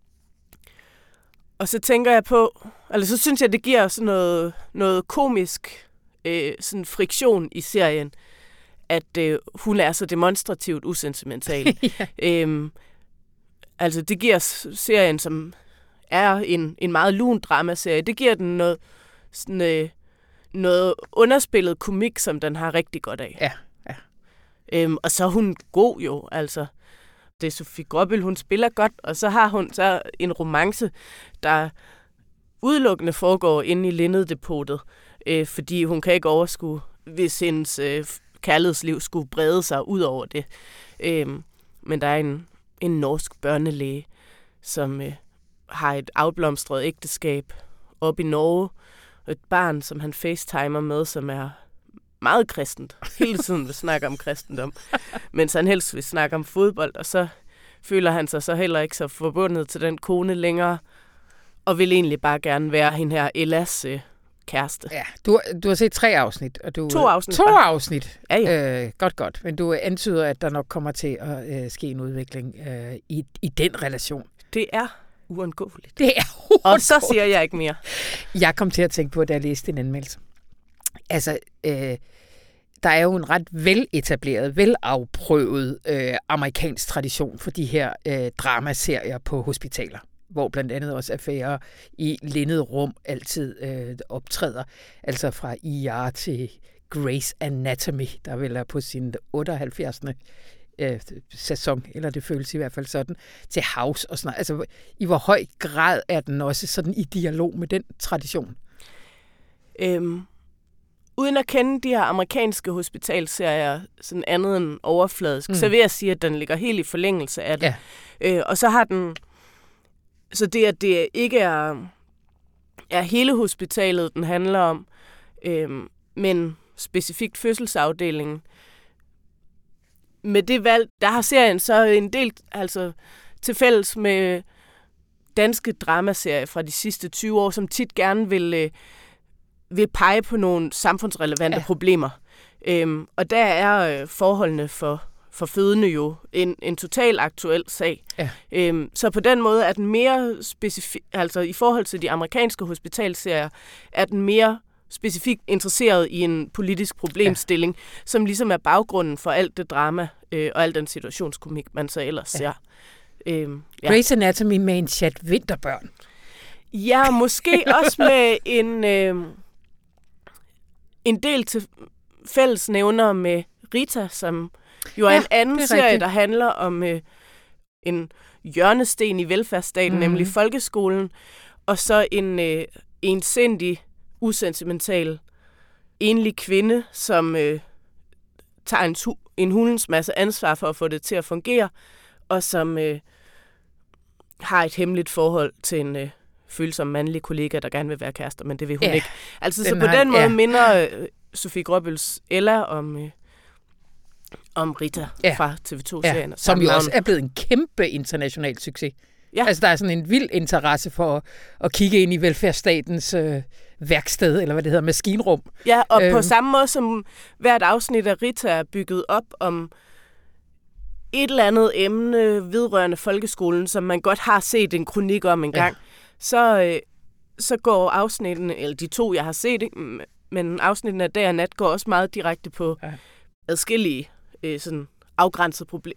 Og så tænker jeg på, altså så synes jeg, det giver sådan noget, noget komisk øh, sådan friktion i serien, at øh, hun er så demonstrativt usentimental. Ja. Øhm, altså det giver serien, som er en, en meget lun dramaserie, det giver den noget, sådan, øh, noget underspillet komik, som den har rigtig godt af.
Ja, ja.
Øhm, og så er hun god jo, altså. Det er Sofie Gråbøl, hun spiller godt, og så har hun så en romance, der udelukkende foregår inde i Linned-depotet, øh, fordi hun kan ikke overskue, hvis hendes øh, kærlighedsliv skulle brede sig ud over det. Øh, men der er en, en norsk børnelæge, som øh, har et afblomstret ægteskab op i Norge, og et barn, som han facetimer med, som er meget kristent. Hele tiden vil snakke om kristendom. Mens han helst vil snakke om fodbold, og så føler han sig så heller ikke så forbundet til den kone længere, og vil egentlig bare gerne være hende her Ellas øh, kæreste.
Ja, du, du har set tre afsnit. Og du,
To afsnit.
To
bare.
afsnit.
Ja, ja.
Øh, godt, godt. Men du antyder, at der nok kommer til at øh, ske en udvikling øh, i, i den relation.
Det er uundgåeligt.
Det er
uundgåeligt. Og så siger jeg ikke mere.
Jeg kom til at tænke på, da jeg læste en anmeldelse. Altså, øh, der er jo en ret veletableret, velafprøvet øh, amerikansk tradition for de her øh, dramaserier på hospitaler, hvor blandt andet også affærer i Linned rum altid øh, optræder. Altså fra I R til Grey's Anatomy, der vel er på sin otteoghalvfjerdsende Øh, sæson, eller det føles i hvert fald sådan, til House og sådan noget. Altså, i hvor høj grad er den også sådan i dialog med den tradition?
Øhm, uden at kende de her amerikanske hospitalserier sådan andet end overfladisk, mm. så vil jeg sige, at den ligger helt i forlængelse af det.
Ja.
Øh, og så har den, så det, at det ikke er, er hele hospitalet, den handler om, øh, men specifikt fødselsafdelingen. Med det valg, der har serien så en del altså, til fælles med danske dramaserier fra de sidste tyve år, som tit gerne vil, øh, vil pege på nogle samfundsrelevante ja. problemer. Øhm, og der er øh, forholdene for, for fødende jo en, en total aktuel sag. Ja. Øhm, så på den måde er den mere specifik, altså i forhold til de amerikanske hospitalserier, er den mere specifikt interesseret i en politisk problemstilling, ja. som ligesom er baggrunden for alt det drama øh, og al den situationskomik, man så ellers ja. ser. Øhm, ja.
Grey's Anatomy med en chat vinterbørn.
Ja, måske også med en, øh, en del til fællesnævner med Rita, som jo er ja, en anden serie, rigtigt. Der handler om øh, en hjørnesten i velfærdsstaten, mm. nemlig folkeskolen, og så en øh, ensindig usentimental, enlig kvinde, som øh, tager en, hu- en hulens masse ansvar for at få det til at fungere, og som øh, har et hemmeligt forhold til en øh, følsom mandlig kollega, der gerne vil være kærester, men det vil hun ja, ikke. Altså, så på har, den måde ja. minder øh, Sofie Gråbøls Ella om, øh, om Rita ja. fra T V to-serien.
Ja, som jo også er blevet en kæmpe international succes. Ja. Altså, der er sådan en vild interesse for at, at kigge ind i velfærdsstatens øh, værksted, eller hvad det hedder, maskinrum.
Ja, og øhm. på samme måde som hvert afsnit af Rita er bygget op om et eller andet emne vedrørende folkeskolen, som man godt har set en kronik om en gang, ja. så, øh, så går afsnittene, eller de to, jeg har set, men afsnittene af dag og nat går også meget direkte på ja. adskillige øh, sådan afgrænsede, proble- eller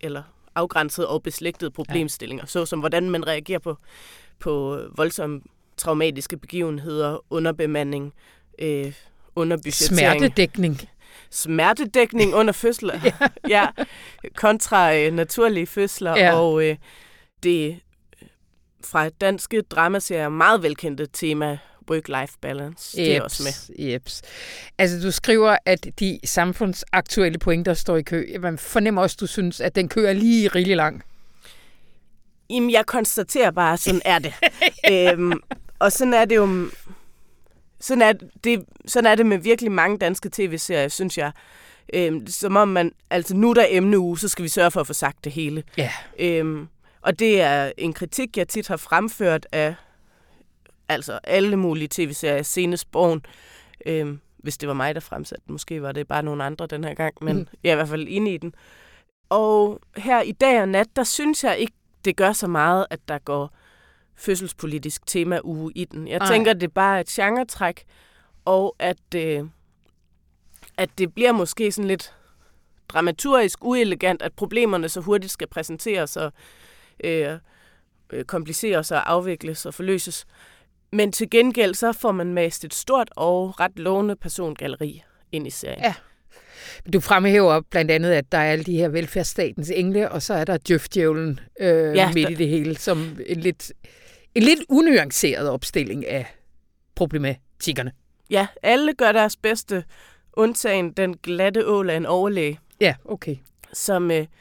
afgrænsede og beslægtede problemstillinger, ja. såsom hvordan man reagerer på, på voldsomme traumatiske begivenheder, underbemanding, øh, underbudgettering.
Smertedækning.
Smertedækning under fødsler, ja. ja, kontra øh, naturlige fødsler, ja. og øh, det fra danske dramaserier meget velkendte tema, work-life balance, det er også med.
Jeps. Altså, du skriver, at de samfundsaktuelle pointer står i kø. Man fornemmer også, du synes, at den kø er lige rigtig lang.
Jamen, jeg konstaterer bare, sådan er det. øhm, og sådan er det jo... Sådan er det, sådan er det med virkelig mange danske tv-serier, synes jeg. Øhm, som om man... Altså, nu er der emneuge, så skal vi sørge for at få sagt det hele.
Ja.
Øhm, og det er en kritik, jeg tit har fremført af altså alle mulige tv-serier, senest Borgen, øhm, hvis det var mig, der fremsatte den. Måske var det bare nogle andre den her gang, men mm. jeg er i hvert fald inde i den. Og her i dag og nat, der synes jeg ikke, det gør så meget, at der går fødselspolitisk tema-uge i den. Jeg Ej. tænker, det er bare et genretræk, og at, øh, at det bliver måske sådan lidt dramaturgisk uelegant, at problemerne så hurtigt skal præsenteres og øh, øh, kompliceres og afvikles og forløses. Men til gengæld så får man mast et stort og ret lovende persongalleri ind i serien.
Ja. Du fremhæver blandt andet, at der er alle de her velfærdsstatens engle, og så er der djøfdjævlen øh, ja, midt der... i det hele, som en lidt, en lidt unuanceret opstilling af problematikkerne.
Ja, alle gør deres bedste, undtagen den glatte ål af en overlæge.
Ja, okay.
Som øh,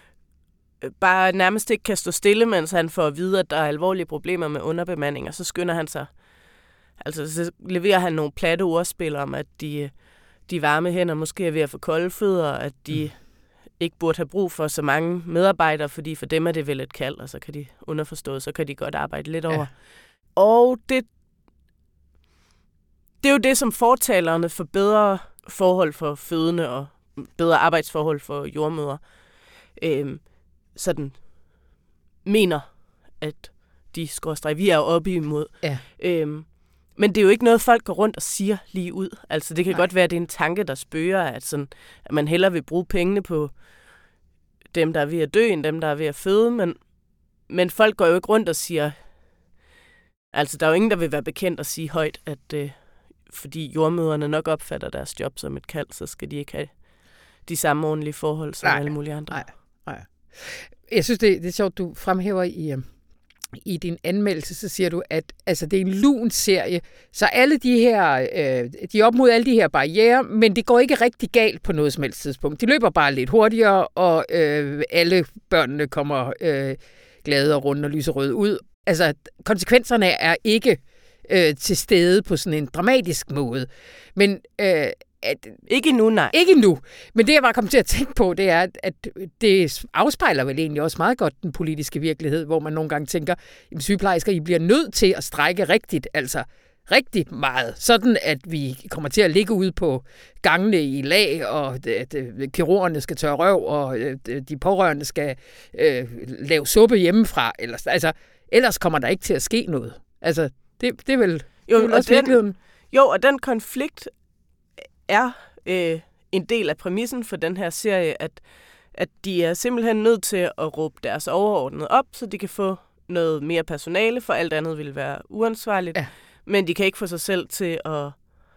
bare nærmest ikke kan stå stille, mens han får at vide, at der er alvorlige problemer med underbemanding, og så skynder han sig. Altså, så leverer han nogle platte ordspil om, at de, de varme hænder måske er ved at få kolde fødder, at de mm. ikke burde have brug for så mange medarbejdere, fordi for dem er det vel et kald, og så kan de underforstået, så kan de godt arbejde lidt over. Ja. Og det, det er jo det, som fortalerne for bedre forhold for fødende og bedre arbejdsforhold for jordmødre øh, sådan mener, at de skorstræk, vi er jo oppe imod.
Ja.
Øhm, men det er jo ikke noget, folk går rundt og siger lige ud. Altså, det kan Nej. godt være, at det er en tanke, der spørger, at, sådan, at man hellere vil bruge pengene på dem, der er ved at dø, end dem, der er ved at føde. Men, men folk går jo ikke rundt og siger... Altså, der er jo ingen, der vil være bekendt at sige højt, at øh, fordi jordmøderne nok opfatter deres job som et kald, så skal de ikke have de samme ordentlige forhold som Nej. alle mulige andre.
Nej. Nej. Jeg synes, det, det er sjovt, du fremhæver i, i din anmeldelse, så siger du, at altså, det er en lun serie, så alle de her, øh, de er op mod alle de her barrierer, men det går ikke rigtig galt på noget som helst tidspunkt. De løber bare lidt hurtigere, og øh, alle børnene kommer øh, glade og runde og lyserøde ud. Altså, konsekvenserne er ikke øh, til stede på sådan en dramatisk måde, men... Øh, At,
ikke nu, nej.
Ikke nu. Men det, jeg bare kom til at tænke på, det er, at, at det afspejler vel egentlig også meget godt den politiske virkelighed, hvor man nogle gange tænker, at sygeplejersker, I bliver nødt til at strække rigtigt, altså rigtig meget, sådan at vi kommer til at ligge ude på gangene i lag, og at kirurgerne skal tørre røv, og de pårørende skal øh, lave suppe hjemmefra. Ellers, altså, ellers kommer der ikke til at ske noget. Altså, det, det er vel,
jo,
det er vel også
den,
virkeligheden.
Jo, og den konflikt er øh, en del af præmissen for den her serie, at, at de er simpelthen nødt til at råbe deres overordnede op, så de kan få noget mere personale, for alt andet vil være uansvarligt. Ja. Men de kan ikke få sig selv til at...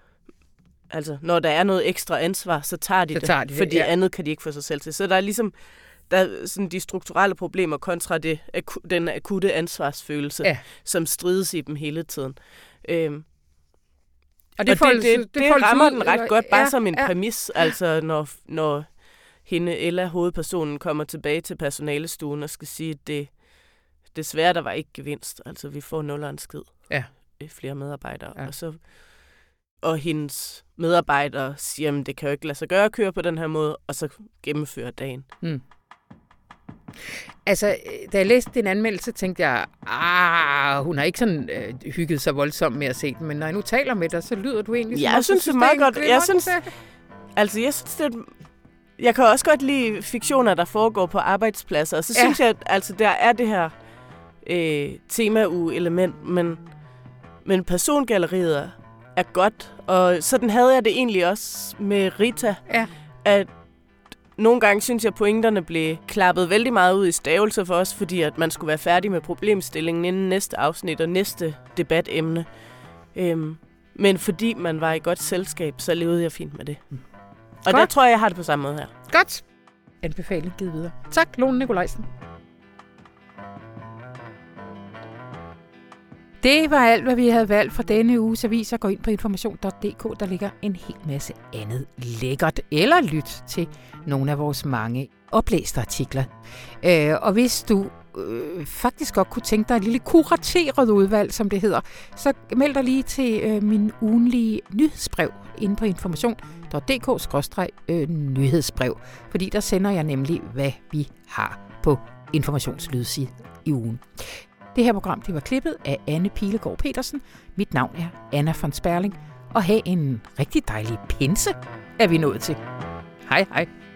Altså, når der er noget ekstra ansvar, så tager de så det, tager de fordi det, ja. andet kan de ikke få sig selv til. Så der er ligesom der er sådan de strukturelle problemer kontra det, aku, den akutte ansvarsfølelse, ja. som strides i dem hele tiden. Øhm, Og det, og det, det, det, det rammer den ret godt, bare ja, som en ja. præmis, altså når, når hende, Ella, hovedpersonen, kommer tilbage til personalestuen og skal sige, at det, desværre, der var ikke gevinst. Altså, vi får nul og en skid.
Ja.
Flere medarbejdere.
Ja.
Og, så, og hendes medarbejdere siger, at det kan jo ikke lade sig gøre at køre på den her måde, og så gennemføre dagen.
Mm. Altså, da jeg læste din anmeldelse, tænkte jeg, ah, hun har ikke sådan øh, hygget sig voldsomt med at se den, men når jeg nu taler med dig, så lyder du egentlig...
Ja, jeg synes det er meget godt. Jeg synes, altså, jeg synes, det jeg kan også godt lide fiktioner, der foregår på arbejdspladser, og så ja. synes jeg, at altså, der er det her øh, tema-uge-element, men, men persongalleriet er godt, og sådan havde jeg det egentlig også med Rita,
ja.
at nogle gange synes jeg, at pointerne blev klappet vældig meget ud i stavelser for os, fordi at man skulle være færdig med problemstillingen inden næste afsnit og næste debatemne. Øhm, men fordi man var i godt selskab, så levede jeg fint med det. Og
Godt.
der tror jeg, jeg har det på samme måde her.
Godt. Anbefaling givet videre. Tak, Lone Nikolajsen. Det var alt, hvad vi havde valgt for denne uges aviser. Gå ind på information punktum d k, der ligger en hel masse andet lækkert. Eller lyt til nogle af vores mange oplæste artikler. Øh, og hvis du øh, faktisk godt kunne tænke dig et lille kurateret udvalg, som det hedder, så meld dig lige til øh, min ugenlige nyhedsbrev inde på information punktum d k skråstreg nyhedsbrev. Fordi der sender jeg nemlig, hvad vi har på informationslydside i ugen. Det her program det var klippet af Anne Pilegaard Petersen. Mit navn er Anna von Sperling. Og have en rigtig dejlig pinse, er vi nået til. Hej hej.